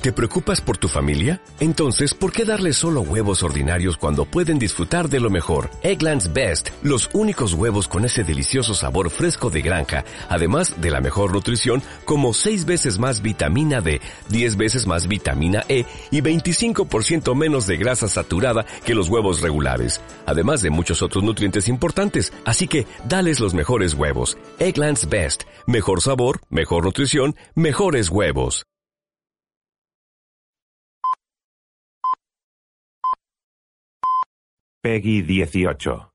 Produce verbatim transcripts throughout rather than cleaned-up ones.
¿Te preocupas por tu familia? Entonces, ¿por qué darles solo huevos ordinarios cuando pueden disfrutar de lo mejor? Eggland's Best, los únicos huevos con ese delicioso sabor fresco de granja, además de la mejor nutrición, como seis veces más vitamina D, diez veces más vitamina E y veinticinco por ciento menos de grasa saturada que los huevos regulares, además de muchos otros nutrientes importantes. Así que, dales los mejores huevos. Eggland's Best, mejor sabor, mejor nutrición, mejores huevos. Peggy dieciocho.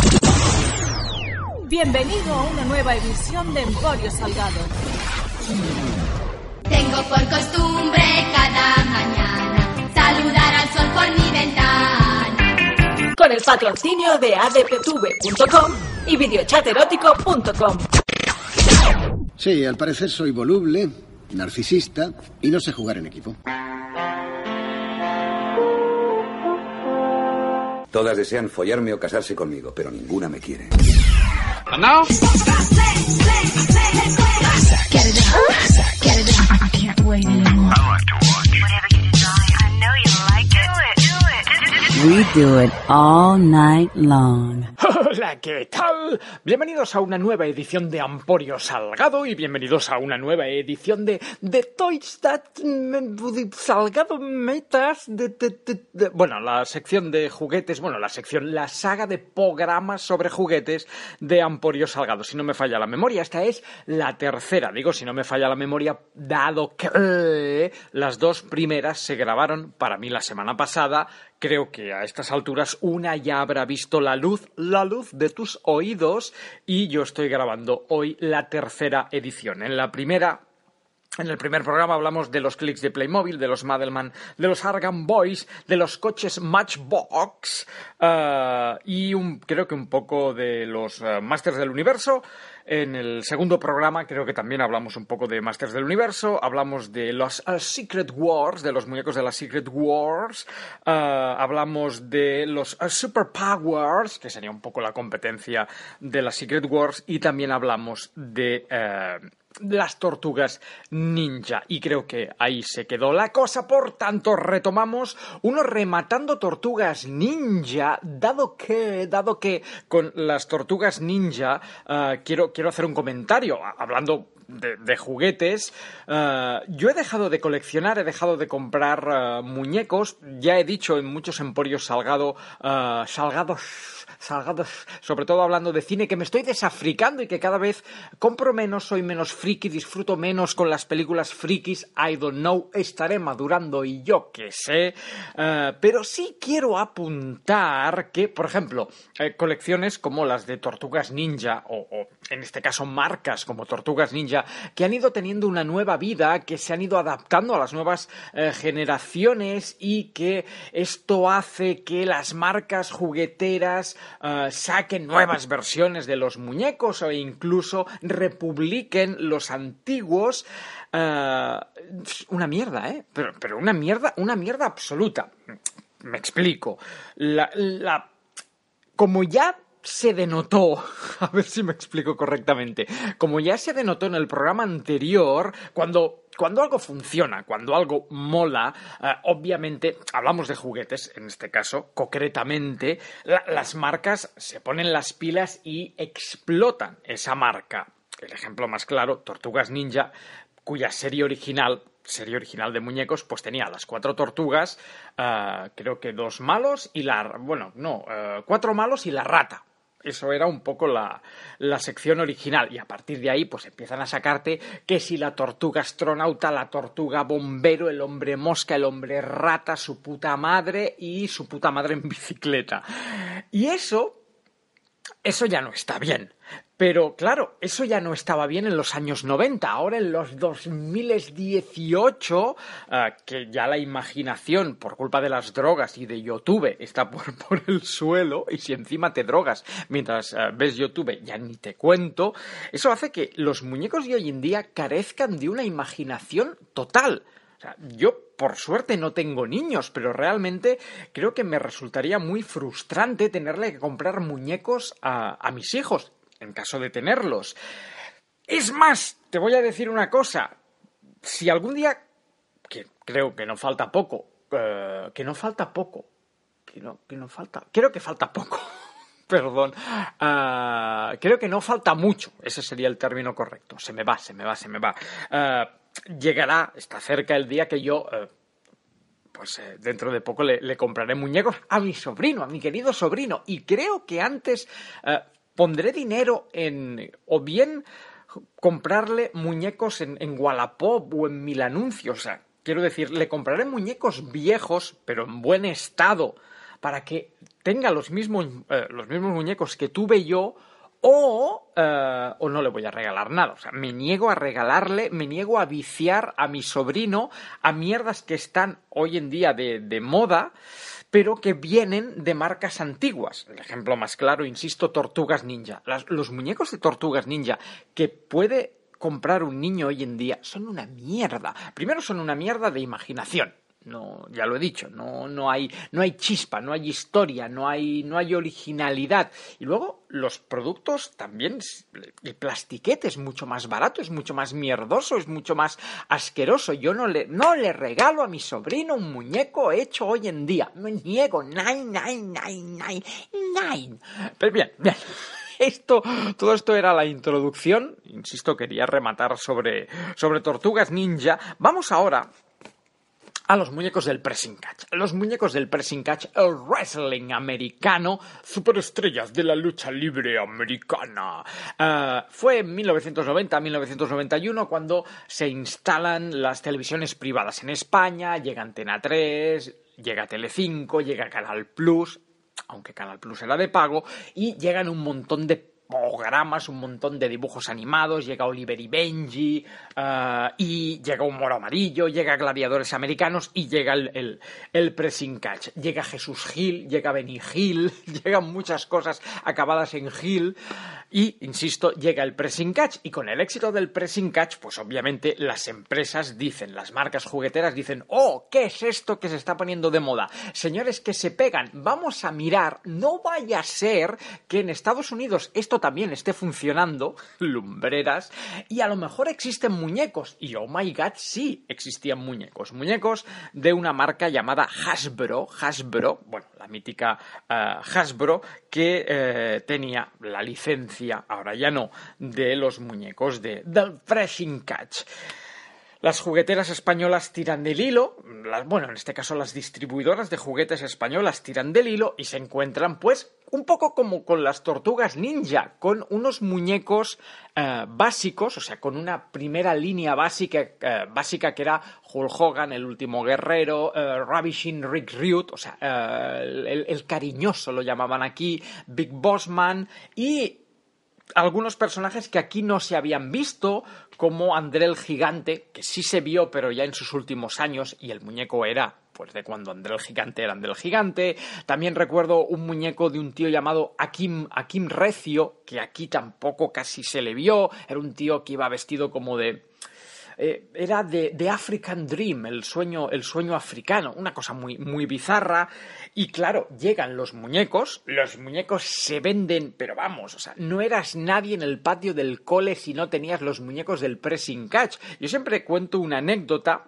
Bienvenido a una nueva edición de Emporio Salgado. Tengo por costumbre cada mañana saludar al sol por mi ventana. Con el patrocinio de a d p t v punto com y videochaterótico punto com. Sí, al parecer soy voluble, narcisista y no sé jugar en equipo. Todas desean follarme o casarse conmigo, pero ninguna me quiere. And now? I can't wait anymore. I like to watch. Whatever you desire. I know you like it. Do it, do it. We do it all night long. Hola, ¿qué tal? Bienvenidos a una nueva edición de Emporio Salgado y bienvenidos a una nueva edición de de Toys That Salgado Metas de, de, de, de, bueno, la sección de juguetes, bueno, la sección, la saga de programas sobre juguetes de Emporio Salgado. Si no me falla la memoria, esta es la tercera, digo, si no me falla la memoria, dado que las dos primeras se grabaron para mí la semana pasada. Creo que a estas alturas una ya habrá visto la luz, la luz de tus oídos, y yo estoy grabando hoy la tercera edición. En la primera, en el primer programa hablamos de los clics de Playmobil, de los Madelman, de los Argan Boys, de los coches Matchbox uh, y un, creo que un poco de los uh, Masters del Universo. En el segundo programa creo que también hablamos un poco de Masters del Universo, hablamos de los uh, Secret Wars, de los muñecos de las Secret Wars, uh, hablamos de los uh, Super Powers, que sería un poco la competencia de las Secret Wars, y también hablamos de uh, las tortugas ninja. Y creo que ahí se quedó la cosa, por tanto retomamos uno rematando tortugas ninja, dado que, dado que con las tortugas ninja uh, quiero Quiero hacer un comentario, hablando de, de juguetes. Uh, yo he dejado de coleccionar, he dejado de comprar uh, muñecos. Ya he dicho en muchos emporios salgado, uh, salgados... salgados, sobre todo hablando de cine, que me estoy desafricando y que cada vez compro menos, soy menos friki, disfruto menos con las películas frikis. I don't know, estaré madurando y yo qué sé, uh, pero sí quiero apuntar que, por ejemplo, eh, colecciones como las de Tortugas Ninja, o, o en este caso marcas como Tortugas Ninja, que han ido teniendo una nueva vida, que se han ido adaptando a las nuevas eh, generaciones, y que esto hace que las marcas jugueteras Uh, saquen nuevas versiones de los muñecos o incluso republiquen los antiguos. Uh, una mierda, ¿eh? Pero, pero una mierda, una mierda absoluta. Me explico. La, la, como ya se denotó, a ver si me explico correctamente, como ya se denotó en el programa anterior, cuando... Cuando algo funciona, cuando algo mola, eh, obviamente, hablamos de juguetes, en este caso, concretamente, la, las marcas se ponen las pilas y explotan esa marca. El ejemplo más claro, Tortugas Ninja, cuya serie original, serie original de muñecos, pues tenía las cuatro tortugas, uh, creo que dos malos y la... Bueno, no, uh, cuatro malos y la rata. Eso era un poco la, la sección original, y a partir de ahí pues empiezan a sacarte que si la tortuga astronauta, la tortuga bombero, el hombre mosca, el hombre rata, su puta madre y su puta madre en bicicleta. Y eso, eso ya no está bien. Pero claro, eso ya no estaba bien en los años noventa. Ahora en los dos mil dieciocho, uh, que ya la imaginación por culpa de las drogas y de YouTube está por, por el suelo, y si encima te drogas mientras uh, ves YouTube ya ni te cuento, eso hace que los muñecos de hoy en día carezcan de una imaginación total. O sea, yo por suerte no tengo niños, pero realmente creo que me resultaría muy frustrante tenerle que comprar muñecos a, a mis hijos, en caso de tenerlos. Es más, te voy a decir una cosa. Si algún día, que, creo que no falta poco, eh, que no falta poco, que no, que no falta, creo que falta poco. Perdón, uh, creo que no falta mucho, ese sería el término correcto, se me va, se me va, se me va. Uh, llegará, está cerca el día que yo, uh, pues eh, dentro de poco le, le compraré muñecos a mi sobrino, a mi querido sobrino, y creo que antes uh, pondré dinero en, o bien comprarle muñecos en, en Wallapop o en Mil Anuncios, o sea, quiero decir, le compraré muñecos viejos, pero en buen estado, para que tenga los mismos, eh, los mismos muñecos que tuve yo, o, eh, o no le voy a regalar nada. O sea, me niego a regalarle, me niego a viciar a mi sobrino a mierdas que están hoy en día de, de moda, pero que vienen de marcas antiguas. El ejemplo más claro, insisto, Tortugas Ninja. Las, los muñecos de Tortugas Ninja que puede comprar un niño hoy en día son una mierda. Primero, son una mierda de imaginación. No, ya lo he dicho, no, no hay, no hay chispa, no hay historia, no hay, no hay originalidad. Y luego los productos también, el plastiquete es mucho más barato, es mucho más mierdoso, es mucho más asqueroso. Yo no le, no le regalo a mi sobrino un muñeco hecho hoy en día. Me niego, nine, nine, nine, nine, nine. Pero bien, bien. Esto, todo esto era la introducción. Insisto, quería rematar sobre, sobre Tortugas Ninja. Vamos ahora a los muñecos del pressing catch. Los muñecos del pressing catch, el wrestling americano, superestrellas de la lucha libre americana. Uh, fue en mil novecientos noventa a mil novecientos noventa y uno cuando se instalan las televisiones privadas en España, llega Antena tres, llega Telecinco, llega Canal Plus, aunque Canal Plus era de pago, y llegan un montón de programas, un montón de dibujos animados, llega Oliver y Benji, uh, y llega Humor Amarillo, llega Gladiadores Americanos y llega el, el, el pressing catch. Llega Jesús Gil, llega Benny Hill, llegan muchas cosas acabadas en Gil y, insisto, llega el pressing catch. Y con el éxito del pressing catch, pues obviamente las empresas dicen, las marcas jugueteras dicen, oh, ¿qué es esto que se está poniendo de moda? Señores que se pegan, vamos a mirar, no vaya a ser que en Estados Unidos esto también esté funcionando, lumbreras, y a lo mejor existen muñecos, y oh my god, sí existían muñecos, muñecos de una marca llamada Hasbro, Hasbro, bueno, la mítica uh, Hasbro, que eh, tenía la licencia, ahora ya no, de los muñecos de, del pressing catch. Las jugueteras españolas tiran del hilo, las, bueno, en este caso las distribuidoras de juguetes españolas tiran del hilo y se encuentran, pues, un poco como con las Tortugas Ninja, con unos muñecos eh, básicos, o sea, con una primera línea básica, eh, básica que era Hulk Hogan, el último guerrero, eh, Ravishing Rick Rude, o sea, eh, el, el cariñoso lo llamaban aquí, Big Boss Man, y algunos personajes que aquí no se habían visto, como André el Gigante, que sí se vio, pero ya en sus últimos años, y el muñeco era, pues, de cuando André el Gigante era André el Gigante. También recuerdo un muñeco de un tío llamado Akim, Akim Recio, que aquí tampoco casi se le vio. Era un tío que iba vestido como de... Eh, era de, de African Dream, el sueño, el sueño africano, una cosa muy, muy bizarra. Y claro, llegan los muñecos, los muñecos se venden, pero vamos, o sea, no eras nadie en el patio del cole si no tenías los muñecos del pressing catch. Yo siempre cuento una anécdota,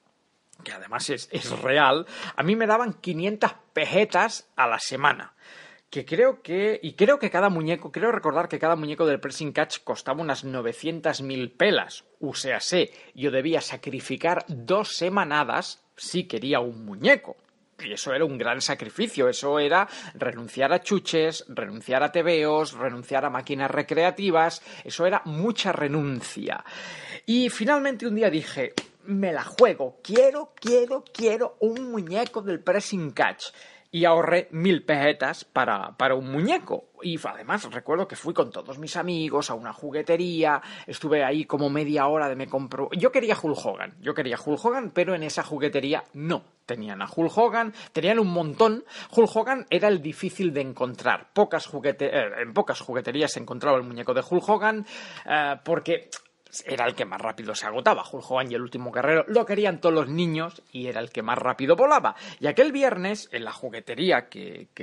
que además es, es real. A mí me daban quinientas pesetas a la semana. Que creo que, y creo que cada muñeco, creo recordar que cada muñeco del pressing catch costaba unas novecientas mil pelas. O sea, sé, yo debía sacrificar dos semanadas si quería un muñeco. Y eso era un gran sacrificio, eso era renunciar a chuches, renunciar a tebeos, renunciar a máquinas recreativas, eso era mucha renuncia. Y finalmente un día dije, me la juego, quiero, quiero, quiero un muñeco del pressing catch. Y ahorré mil pesetas para, para un muñeco. Y además recuerdo que fui con todos mis amigos a una juguetería, estuve ahí como media hora de me compro... Yo quería Hulk Hogan, yo quería Hulk Hogan, pero en esa juguetería no. Tenían a Hulk Hogan, tenían un montón. Hulk Hogan era el difícil de encontrar. Pocas juguete... eh, en pocas jugueterías se encontraba el muñeco de Hulk Hogan, eh, porque... era el que más rápido se agotaba. Hulk Hogan y el último guerrero lo querían todos los niños y era el que más rápido volaba. Y aquel viernes, en la juguetería que, que,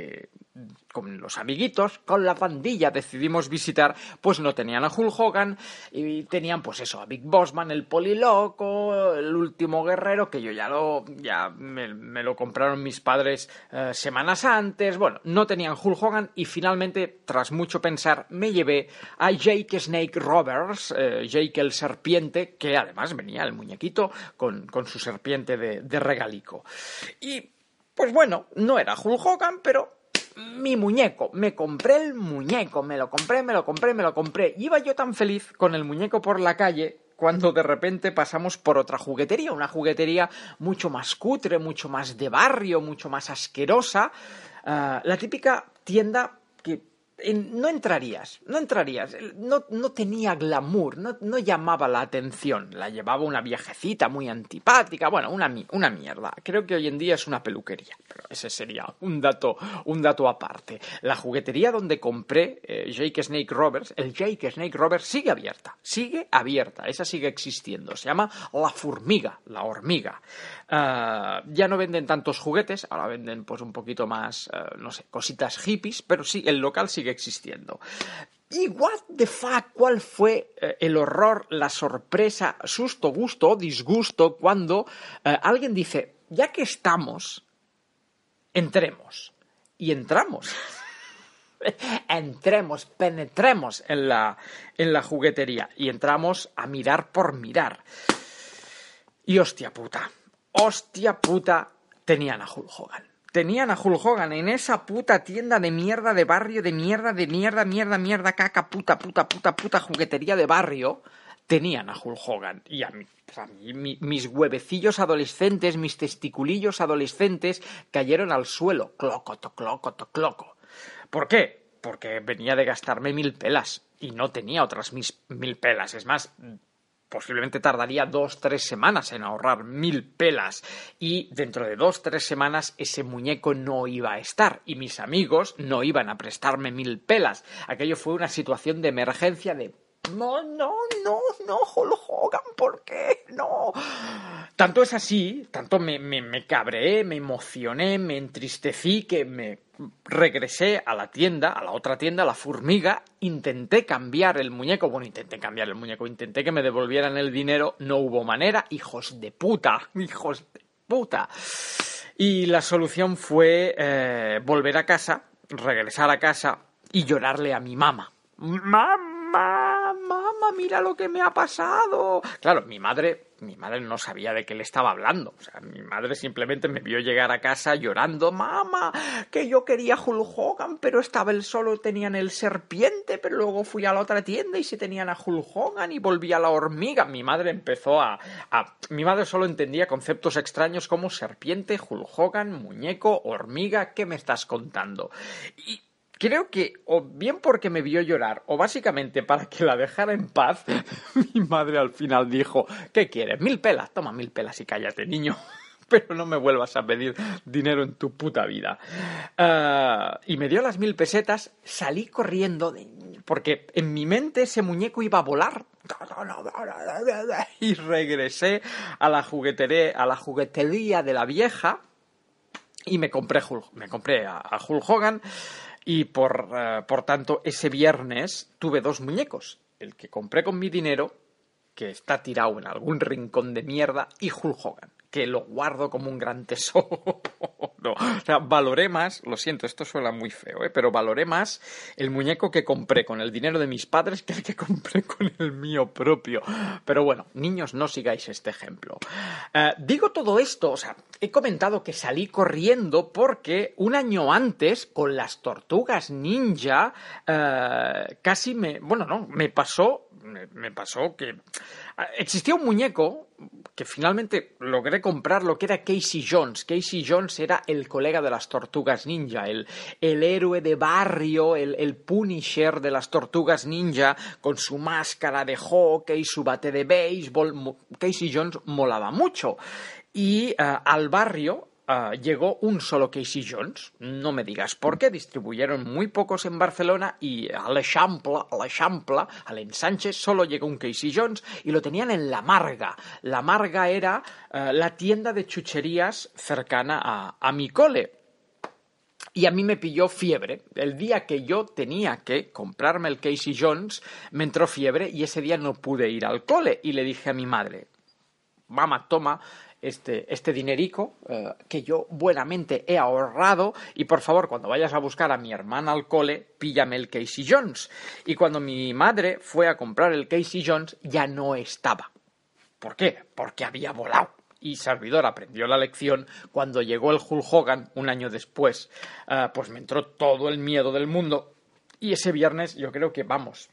con los amiguitos, con la pandilla decidimos visitar, pues no tenían a Hulk Hogan y tenían pues eso, a Big Bossman, el Poliloco, el Último Guerrero, que yo ya lo ya me, me lo compraron mis padres eh, semanas antes. Bueno, no tenían Hulk Hogan y finalmente, tras mucho pensar, me llevé a Jake Snake Roberts, eh, Jake el Serpiente, que además venía el muñequito con, con su serpiente de, de regalico. Y pues bueno, no era Hulk Hogan, pero mi muñeco, me compré el muñeco, me lo compré, me lo compré, me lo compré. Iba yo tan feliz con el muñeco por la calle cuando de repente pasamos por otra juguetería, una juguetería mucho más cutre, mucho más de barrio, mucho más asquerosa. Uh, la típica tienda que no entrarías, no entrarías, no, no tenía glamour, no, no llamaba la atención, la llevaba una viejecita muy antipática, bueno, una, una mierda. Creo que hoy en día es una peluquería, pero ese sería un dato, un dato aparte. La juguetería donde compré eh, Jake Snake Roberts, el Jake Snake Roberts sigue abierta, sigue abierta, esa sigue existiendo, se llama La Formiga, la hormiga. Uh, ya no venden tantos juguetes, ahora venden pues un poquito más, uh, no sé, cositas hippies, pero sí, el local sigue existiendo. Y what the fuck, ¿cuál fue eh, el horror, la sorpresa, susto, gusto o disgusto cuando eh, alguien dice, ya que estamos, entremos? Y entramos. Entremos, penetremos en la, en la juguetería y entramos a mirar por mirar. Y hostia puta, hostia puta, tenían a Hulk Hogan. Tenían a Hulk Hogan en esa puta tienda de mierda de barrio, de mierda, de mierda, mierda, mierda, caca, puta, puta, puta, puta, juguetería de barrio. Tenían a Hulk Hogan. Y a mí, pues a mí mi, mis huevecillos adolescentes, mis testiculillos adolescentes cayeron al suelo. Clocoto, clocoto, cloco. ¿Por qué? Porque venía de gastarme mil pelas y no tenía otras mis, mil pelas. Es más, posiblemente tardaría dos, tres semanas en ahorrar mil pelas. Y dentro de dos, tres semanas ese muñeco no iba a estar. Y mis amigos no iban a prestarme mil pelas. Aquello fue una situación de emergencia de... No, no, no, no, Hulk Hogan, ¿por qué? No. Tanto es así, tanto me, me, me cabreé, me emocioné, me entristecí, que me regresé a la tienda, a la otra tienda, a La Formiga, intenté cambiar el muñeco, bueno, intenté cambiar el muñeco, intenté que me devolvieran el dinero, no hubo manera, hijos de puta, hijos de puta. Y la solución fue eh, volver a casa, regresar a casa y llorarle a mi mamá. ¡Mamá! ¡Mamá! ¡Mira lo que me ha pasado! Claro, mi madre, mi madre no sabía de qué le estaba hablando. O sea, mi madre simplemente me vio llegar a casa llorando. ¡Mamá! Que yo quería Hulk Hogan, pero estaba él solo, tenían el serpiente, pero luego fui a la otra tienda y se tenían a Hulk Hogan y volví a la hormiga. Mi madre empezó a... a mi madre solo entendía conceptos extraños como serpiente, Hulk Hogan, muñeco, hormiga. ¿Qué me estás contando? Y... creo que, o bien porque me vio llorar, o básicamente para que la dejara en paz, mi madre al final dijo, ¿qué quieres? ¿Mil pelas? Toma mil pelas y cállate, niño. Pero no me vuelvas a pedir dinero en tu puta vida. Uh, y me dio las mil pesetas, salí corriendo, de, porque en mi mente ese muñeco iba a volar. Y regresé a la juguetería, a la juguetería de la vieja y me compré, Hulk, me compré a, a Hulk Hogan. Y por, uh, por tanto, ese viernes tuve dos muñecos. El que compré con mi dinero, que está tirado en algún rincón de mierda, y Hulk Hogan, que lo guardo como un gran tesoro. No, o sea, valoré más, lo siento, esto suena muy feo, ¿eh? Pero valoré más el muñeco que compré con el dinero de mis padres que el que compré con el mío propio. Pero bueno, niños, no sigáis este ejemplo. Uh, digo todo esto, o sea, he comentado que salí corriendo porque un año antes, con las Tortugas Ninja, uh, casi me... Bueno, no, me pasó... Me, me pasó que existía un muñeco que finalmente logré comprarlo, que era Casey Jones. Casey Jones era el colega de las Tortugas Ninja, el, el héroe de barrio, el, el Punisher de las Tortugas Ninja, con su máscara de hockey, su bate de béisbol. Casey Jones molaba mucho. Y uh, al barrio... Uh, llegó un solo Casey Jones, no me digas por qué, distribuyeron muy pocos en Barcelona y a l'Eixample, a l'Eixample, a l'Ensanche, solo llegó un Casey Jones y lo tenían en La Marga. La Marga era uh, la tienda de chucherías cercana a, a mi cole. Y a mí me pilló fiebre. El día que yo tenía que comprarme el Casey Jones, me entró fiebre y ese día no pude ir al cole. Y le dije a mi madre, mamá, toma este, este dinerico eh, que yo buenamente he ahorrado y por favor, cuando vayas a buscar a mi hermana al cole, píllame el Casey Jones. Y cuando mi madre fue a comprar el Casey Jones, ya no estaba. ¿Por qué? Porque había volado. Y servidor aprendió la lección. Cuando llegó el Hulk Hogan, un año después, uh, pues me entró todo el miedo del mundo. Y ese viernes yo creo que, vamos,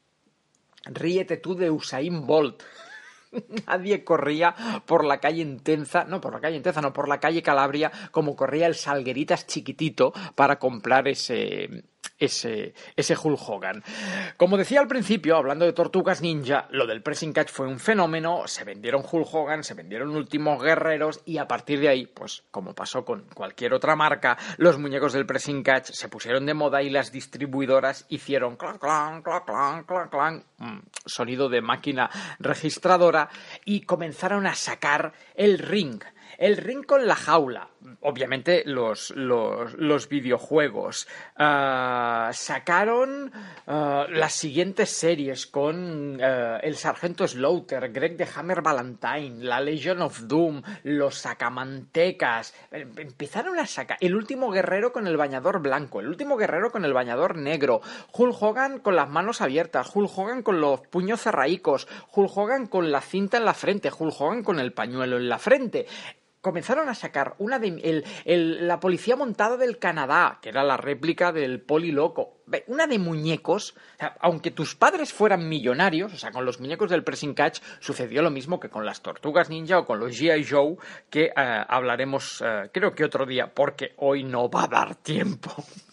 ríete tú de Usain Bolt. Nadie corría por la calle Entenza, no, por la calle Entenza, no, por la calle Calabria, como corría el Salgueritas chiquitito para comprar ese, ese, ese Hulk Hogan. Como decía al principio, hablando de Tortugas Ninja, lo del pressing catch fue un fenómeno, se vendieron Hulk Hogan, se vendieron Últimos Guerreros y a partir de ahí, pues como pasó con cualquier otra marca, los muñecos del pressing catch se pusieron de moda y las distribuidoras hicieron clan, clan, clan, clan, clan, clan, mm, sonido de máquina registradora y comenzaron a sacar el ring. El ring con la jaula, obviamente los, los, los videojuegos. Uh, sacaron uh, las siguientes series con uh, el Sargento Slaughter, Greg the Hammer Valentine, la Legion of Doom, los Sacamantecas. Empezaron a sacar el Último Guerrero con el bañador blanco, el Último Guerrero con el bañador negro, Hulk Hogan con las manos abiertas, Hulk Hogan con los puños cerraicos, Hulk Hogan con la cinta en la frente, Hulk Hogan con el pañuelo en la frente. Comenzaron a sacar una de el, el, la policía montada del Canadá, que era la réplica del Poli Loco, una de muñecos. O sea, aunque tus padres fueran millonarios, o sea, con los muñecos del pressing catch sucedió lo mismo que con las Tortugas Ninja o con los G I. Joe, que uh, hablaremos uh, creo que otro día, porque hoy no va a dar tiempo.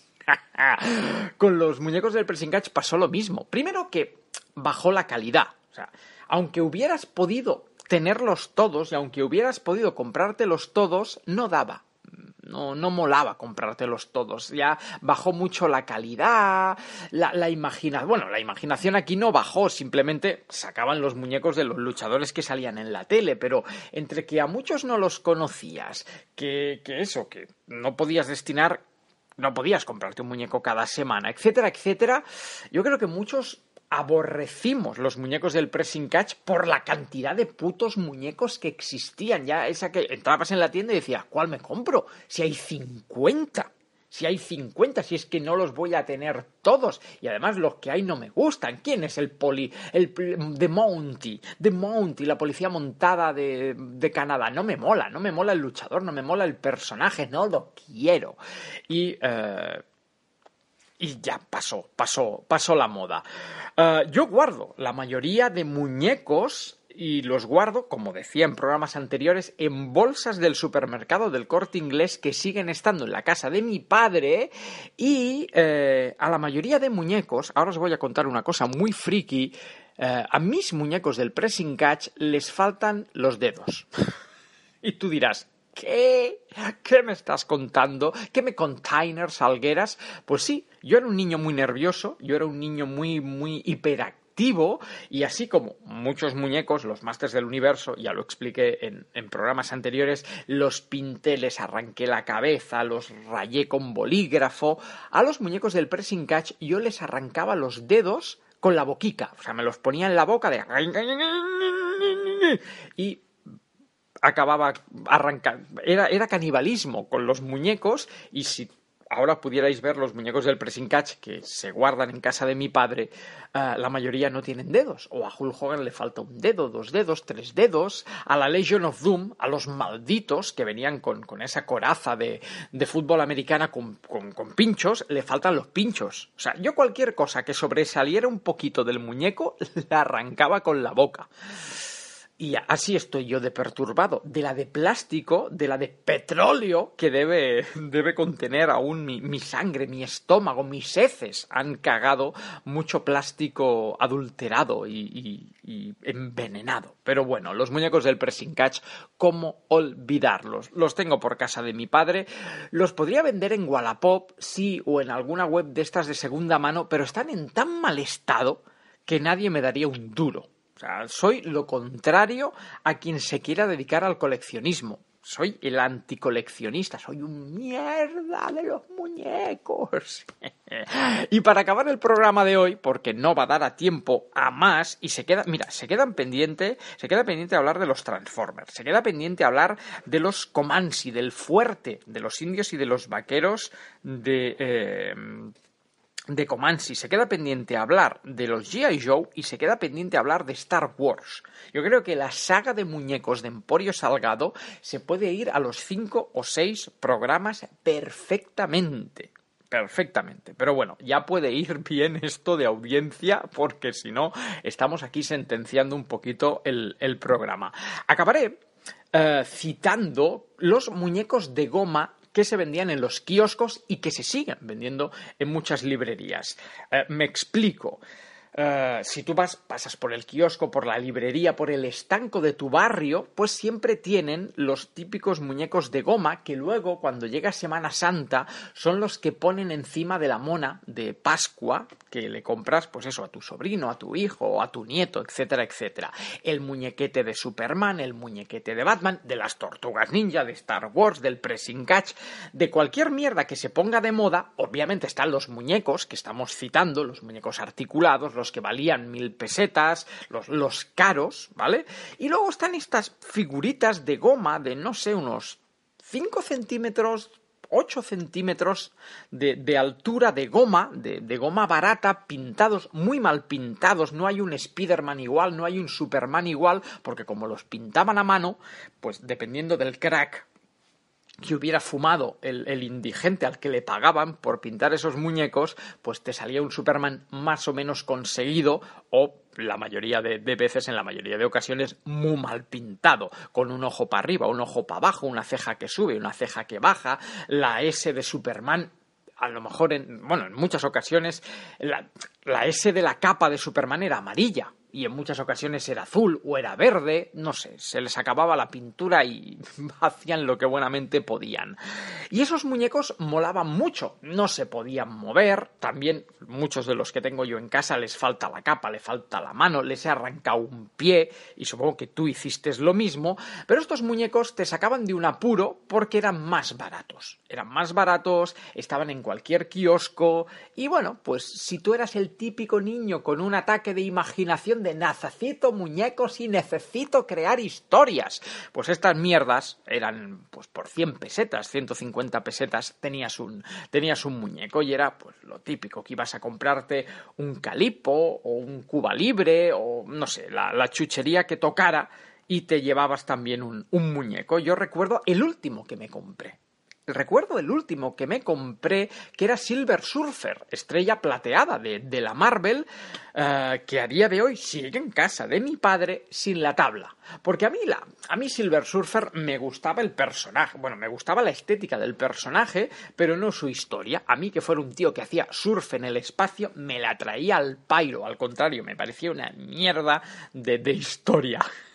Con los muñecos del pressing catch pasó lo mismo. Primero que bajó la calidad. O sea, aunque hubieras podido tenerlos todos y aunque hubieras podido comprártelos todos, no daba. No, no molaba comprártelos todos. Ya bajó mucho la calidad, la, la imaginación. Bueno, la imaginación aquí no bajó, simplemente sacaban los muñecos de los luchadores que salían en la tele, pero entre que a muchos no los conocías, que, que eso, que no podías destinar, no podías comprarte un muñeco cada semana, etcétera, etcétera, yo creo que muchos aborrecimos los muñecos del pressing catch por la cantidad de putos muñecos que existían. Ya esa que entrabas en la tienda y decías, ¿cuál me compro? Si hay cincuenta. Si hay cincuenta, si es que no los voy a tener todos. Y además los que hay no me gustan. ¿Quién es el poli? El The Mountie. The Mountie, la policía montada de, de Canadá. No me mola, no me mola el luchador, no me mola el personaje, no lo quiero. Y... Eh, Y ya pasó, pasó, pasó la moda. Uh, yo guardo la mayoría de muñecos y los guardo, como decía en programas anteriores, en bolsas del supermercado del Corte Inglés que siguen estando en la casa de mi padre y eh, a la mayoría de muñecos, ahora os voy a contar una cosa muy friki, eh, a mis muñecos del pressing catch les faltan los dedos. Y tú dirás, ¿qué? ¿Qué me estás contando? ¿Qué me container, Salgueras? Pues sí, yo era un niño muy nervioso, yo era un niño muy, muy hiperactivo y así como muchos muñecos, los Masters del Universo, ya lo expliqué en, en programas anteriores, los pinté, les arranqué la cabeza, los rayé con bolígrafo. A los muñecos del pressing catch yo les arrancaba los dedos con la boquica, o sea, me los ponía en la boca de... y... acababa arrancando, era, era canibalismo con los muñecos y si ahora pudierais ver los muñecos del pressing catch que se guardan en casa de mi padre, uh, la mayoría no tienen dedos, o a Hulk Hogan le falta un dedo, dos dedos, tres dedos, a la Legion of Doom, a los malditos que venían con, con esa coraza de, de fútbol americana con, con, con pinchos, le faltan los pinchos. O sea, yo cualquier cosa que sobresaliera un poquito del muñeco la arrancaba con la boca. Y así estoy yo de perturbado, de la de plástico, de la de petróleo que debe, debe contener aún mi, mi sangre, mi estómago, mis heces. Han cagado mucho plástico adulterado y, y, y envenenado. Pero bueno, los muñecos del pressing catch, ¿cómo olvidarlos? Los tengo por casa de mi padre, los podría vender en Wallapop, sí, o en alguna web de estas de segunda mano, pero están en tan mal estado que nadie me daría un duro. O sea, soy lo contrario a quien se quiera dedicar al coleccionismo. soy el anticoleccionista, soy un mierda de los muñecos. Y para acabar el programa de hoy, porque no va a dar a tiempo a más, y se queda, mira, se quedan pendiente, se queda pendiente hablar de los Transformers, se queda pendiente hablar de los Comanche, del fuerte, de los indios y de los vaqueros de... Eh, de Comanche, se queda pendiente hablar de los G I. Joe y se queda pendiente hablar de Star Wars. Yo creo que la saga de muñecos de Emporio Salgado se puede ir a los cinco o seis programas perfectamente. Perfectamente. Pero bueno, ya puede ir bien esto de audiencia, porque si no, estamos aquí sentenciando un poquito el, el programa. Acabaré eh, citando los muñecos de goma que se vendían en los kioscos y que se siguen vendiendo en muchas librerías. Eh, me explico. Uh, si tú vas, pasas por el kiosco, por la librería, por el estanco de tu barrio, pues siempre tienen los típicos muñecos de goma que luego, cuando llega Semana Santa, son los que ponen encima de la mona de Pascua, que le compras, pues eso, a tu sobrino, a tu hijo, o a tu nieto, etcétera, etcétera. El muñequete de Superman, el muñequete de Batman, de las Tortugas Ninja, de Star Wars, del Pressing Catch, de cualquier mierda que se ponga de moda. Obviamente están los muñecos que estamos citando, los muñecos articulados, los que valían mil pesetas, los, los caros, ¿vale? Y luego están estas figuritas de goma de, no sé, unos cinco centímetros, ocho centímetros de, de altura de goma, de, de goma barata, pintados, muy mal pintados. No hay un Spiderman igual, no hay un Superman igual, porque como los pintaban a mano, pues dependiendo del crack que hubiera fumado el, el indigente al que le pagaban por pintar esos muñecos, pues te salía un Superman más o menos conseguido, o la mayoría de, de veces, en la mayoría de ocasiones, muy mal pintado, con un ojo para arriba, un ojo para abajo, una ceja que sube, una ceja que baja, la S de Superman. A lo mejor, en, bueno, en muchas ocasiones, la, la S de la capa de Superman era amarilla, y en muchas ocasiones era azul o era verde, no sé, se les acababa la pintura y hacían lo que buenamente podían. Y esos muñecos molaban mucho, no se podían mover, también muchos de los que tengo yo en casa les falta la capa, le falta la mano, les he arrancado un pie, y supongo que tú hiciste lo mismo, pero estos muñecos te sacaban de un apuro porque eran más baratos, eran más baratos, estaban en cualquier kiosco, y bueno, pues si tú eras el típico niño con un ataque de imaginación de necesito muñecos y necesito crear historias, pues estas mierdas eran pues por cien pesetas, ciento cincuenta pesetas, tenías un, tenías un muñeco, y era pues lo típico, que ibas a comprarte un Calipo o un Cuba Libre o no sé, la, la chuchería que tocara, y te llevabas también un, un muñeco. Yo recuerdo el último que me compré. Recuerdo el último que me compré, que era Silver Surfer, estrella plateada de, de la Marvel, uh, que a día de hoy sigue en casa de mi padre sin la tabla. Porque a mí, la, a mí Silver Surfer me gustaba el personaje, bueno, me gustaba la estética del personaje, pero no su historia. A mí, que fuera un tío que hacía surf en el espacio, me la traía al pairo, al contrario, me parecía una mierda de, de historia.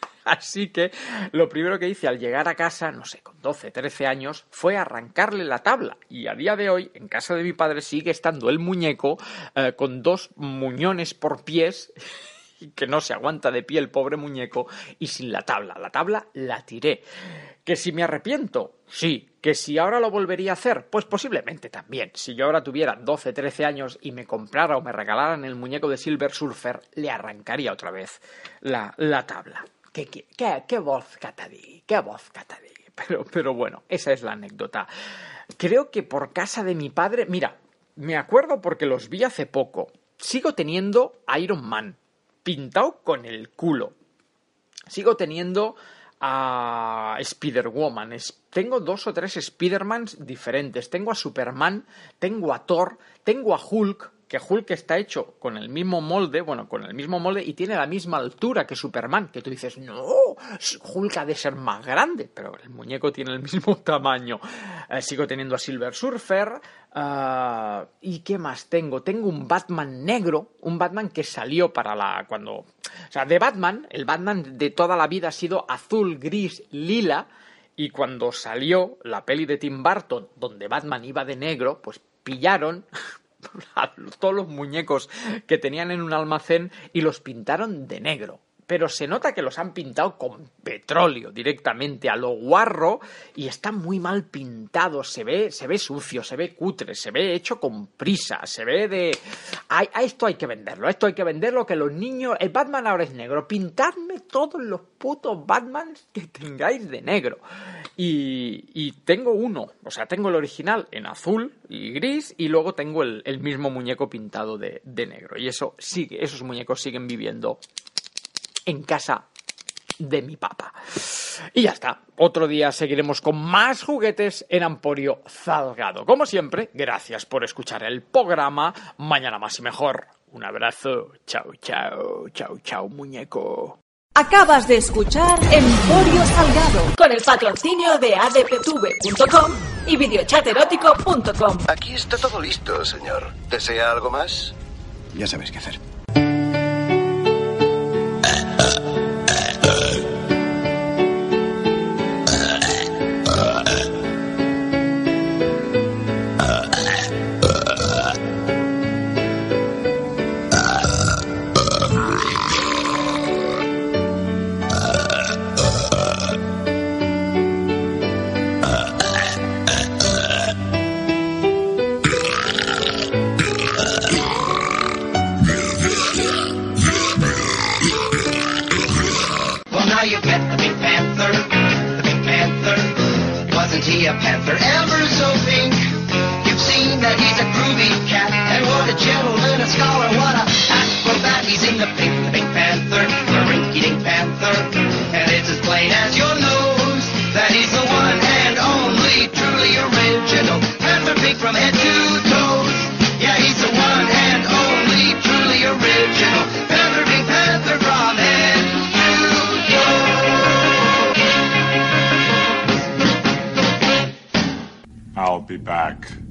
Así que lo primero que hice al llegar a casa, no sé, con doce, trece años, fue arrancarle la tabla. Y a día de hoy, en casa de mi padre, sigue estando el muñeco eh, con dos muñones por pies, que no se aguanta de pie el pobre muñeco, y sin la tabla. La tabla la tiré. ¿Que si me arrepiento? Sí. ¿Que si ahora lo volvería a hacer? Pues posiblemente también. Si yo ahora tuviera doce, trece años y me comprara o me regalaran el muñeco de Silver Surfer, le arrancaría otra vez la, la tabla. ¿Qué, qué, qué, qué voz catadí? ¿Qué voz catadí? Pero, pero bueno, esa es la anécdota. Creo que por casa de mi padre... Mira, me acuerdo porque los vi hace poco. Sigo teniendo Iron Man pintado con el culo. Sigo teniendo a Spider-Woman. Es, tengo dos o tres Spider-Mans diferentes. Tengo a Superman, tengo a Thor, tengo a Hulk, que Hulk está hecho con el mismo molde, bueno, con el mismo molde y tiene la misma altura que Superman, que tú dices, no, Hulk ha de ser más grande, pero el muñeco tiene el mismo tamaño. Eh, sigo teniendo a Silver Surfer, uh, ¿y qué más tengo? Tengo un Batman negro, un Batman que salió para la, cuando, o sea, de Batman, el Batman de toda la vida ha sido azul, gris, lila, y cuando salió la peli de Tim Burton, donde Batman iba de negro, pues pillaron a todos los muñecos que tenían en un almacén y los pintaron de negro. pero se nota que los han pintado con petróleo directamente a lo guarro y está muy mal pintado, se ve, se ve sucio, se ve cutre, se ve hecho con prisa, se ve de... A, a esto hay que venderlo, a esto hay que venderlo, que los niños... El Batman ahora es negro, pintadme todos los putos Batmans que tengáis de negro. Y, y tengo uno, o sea, tengo el original en azul y gris y luego tengo el, el mismo muñeco pintado de, de negro. Y eso sigue, esos muñecos siguen viviendo en casa de mi papá. Y ya está. Otro día seguiremos con más juguetes en Emporio Salgado. Como siempre, gracias por escuchar el programa. Mañana más y mejor. Un abrazo. Chao, chao. Chao, chao, muñeco. Acabas de escuchar Emporio Salgado con el patrocinio de A D P T V punto com y videochaterótico punto com. Aquí está todo listo, señor. ¿Desea algo más? Ya sabes qué hacer. A panther ever so pink. You've seen that he's a groovy cat, and what a gentleman, a scholar, what a acrobat. He's in the pink, the Pink Panther, the rinky-dink panther, and it's as plain as your nose that he's the one and only truly original Panther Pink from head to toes. Yeah, he's the one and only truly original Panther Pink Panther from head to toe. I'll be back.